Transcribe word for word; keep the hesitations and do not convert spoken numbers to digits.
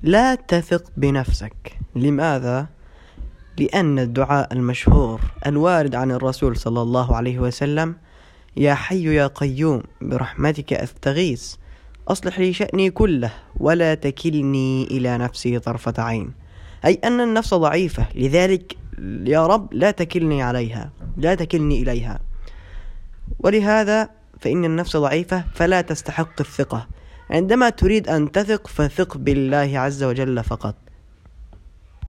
لا تثق بنفسك. لماذا؟ لأن الدعاء المشهور الوارد عن الرسول صلى الله عليه وسلم: يا حي يا قيوم برحمتك أستغيث أصلح لي شأني كله ولا تكلني إلى نفسي طرفة عين، أي أن النفس ضعيفة، لذلك يا رب لا تكلني عليها، لا تكلني إليها. ولهذا فإن النفس ضعيفة فلا تستحق الثقة. عندما تريد أن تثق فثق بالله عز وجل فقط.